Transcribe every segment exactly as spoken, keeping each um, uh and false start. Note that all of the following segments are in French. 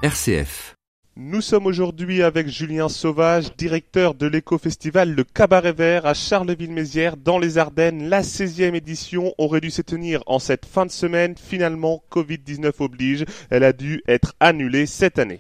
R C F. Nous sommes aujourd'hui avec Julien Sauvage, directeur de l'éco-festival Le Cabaret Vert à Charleville-Mézières dans les Ardennes. La seizième édition aurait dû se tenir en cette fin de semaine. Finalement, covid dix-neuf oblige, elle a dû être annulée cette année.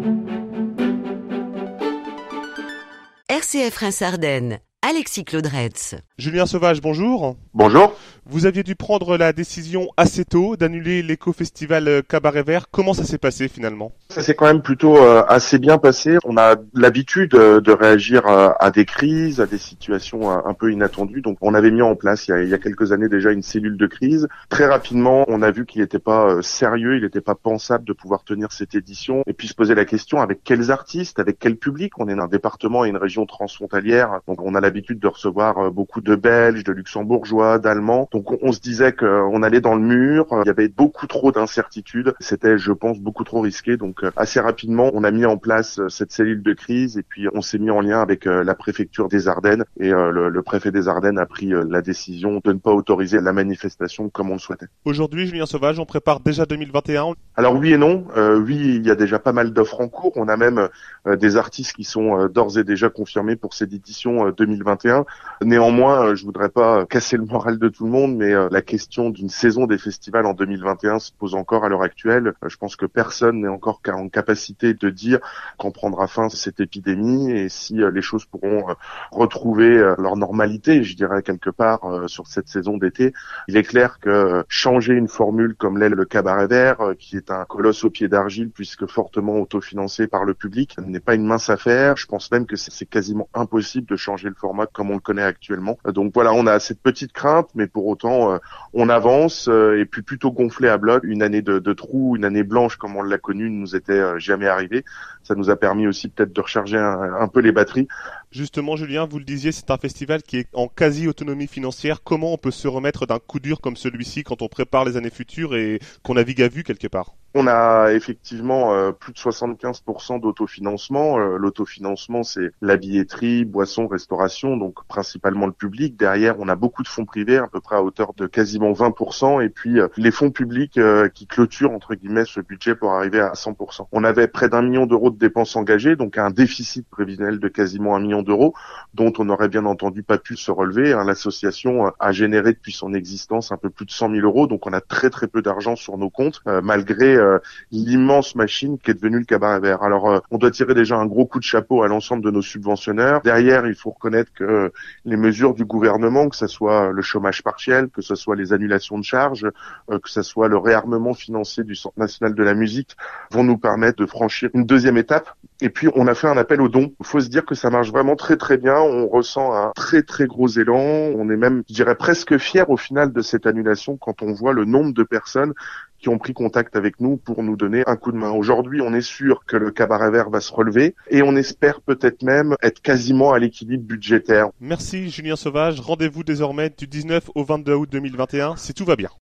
R C F Reims-Ardennes, Alexis Claudretz. Julien Sauvage, bonjour. Bonjour. Vous aviez dû prendre la décision assez tôt d'annuler l'éco-festival Cabaret Vert. Comment ça s'est passé finalement ? Ça s'est quand même plutôt euh, assez bien passé. On a l'habitude euh, de réagir euh, à des crises, à des situations euh, un peu inattendues. Donc on avait mis en place il y, a, il y a quelques années déjà une cellule de crise. Très rapidement, on a vu qu'il n'était pas euh, sérieux, il n'était pas pensable de pouvoir tenir cette édition. Et puis se poser la question avec quels artistes, avec quel public. On est un département et une région transfrontalière. Donc on a l'habitude de recevoir euh, beaucoup de Belges, de Luxembourgeois, d'Allemands. Donc on, on se disait qu'on allait dans le mur. Il y avait beaucoup trop d'incertitudes. C'était, je pense, beaucoup trop risqué. Donc assez rapidement, on a mis en place cette cellule de crise et puis on s'est mis en lien avec la préfecture des Ardennes et le, le préfet des Ardennes a pris la décision de ne pas autoriser la manifestation comme on le souhaitait. Aujourd'hui, Julien Sauvage, on prépare déjà deux mille vingt et un. Alors oui et non. Euh, oui, il y a déjà pas mal d'offres en cours. On a même euh, des artistes qui sont euh, d'ores et déjà confirmés pour cette édition euh, deux mille vingt et un. Néanmoins, euh, je voudrais pas casser le moral de tout le monde, mais euh, la question d'une saison des festivals en deux mille vingt et un se pose encore à l'heure actuelle. Euh, je pense que personne n'est encore en capacité de dire quand prendra fin cette épidémie et si euh, les choses pourront euh, retrouver euh, leur normalité, je dirais quelque part, euh, sur cette saison d'été. Il est clair que euh, changer une formule comme l'est le Cabaret Vert, euh, qui est un colosse au pied d'argile puisque fortement autofinancé par le public, n'est pas une mince affaire. Je pense même que c'est, c'est quasiment impossible de changer le format comme on le connaît actuellement. Euh, donc voilà, on a cette petite crainte, mais pour autant, euh, on avance euh, et puis plutôt gonflé à bloc. Une année de, de trous, une année blanche comme on l'a connue, nous était euh, jamais arrivé. Ça nous a permis aussi peut-être de recharger un, un peu les batteries. Justement, Julien, vous le disiez, c'est un festival qui est en quasi-autonomie financière. Comment on peut se remettre d'un coup dur comme celui-ci quand on prépare les années futures et qu'on navigue à vue quelque part ? On a effectivement euh, plus de soixante-quinze pour cent d'autofinancement. Euh, l'autofinancement, c'est la billetterie, boissons, restauration, donc principalement le public. Derrière, on a beaucoup de fonds privés, à peu près à hauteur de quasiment vingt pour cent. Et puis, euh, les fonds publics euh, qui clôturent, entre guillemets, ce budget pour arriver à cent pour cent. On avait près d'un million d'euros de dépenses engagées, donc un déficit prévisionnel de quasiment un million d'euros, dont on n'aurait bien entendu pas pu se relever. Hein, l'association a généré depuis son existence un peu plus de cent mille euros, donc on a très très peu d'argent sur nos comptes, euh, malgré euh, l'immense machine qui est devenue le Cabaret Vert. Alors euh, on doit tirer déjà un gros coup de chapeau à l'ensemble de nos subventionneurs. Derrière, il faut reconnaître que euh, les mesures du gouvernement, que ce soit le chômage partiel, que ce soit les annulations de charges, euh, que ce soit le réarmement financier du Centre national de la musique, vont nous permettre de franchir une deuxième étape. Et puis on a fait un appel aux dons. Il faut se dire que ça marche vraiment très très bien. On ressent un très très gros élan. On est même, je dirais, presque fiers au final de cette annulation quand on voit le nombre de personnes qui ont pris contact avec nous pour nous donner un coup de main. Aujourd'hui, on est sûr que le Cabaret Vert va se relever et on espère peut-être même être quasiment à l'équilibre budgétaire. Merci Julien Sauvage. Rendez-vous désormais du dix-neuf au vingt-deux août deux mille vingt et un si tout va bien.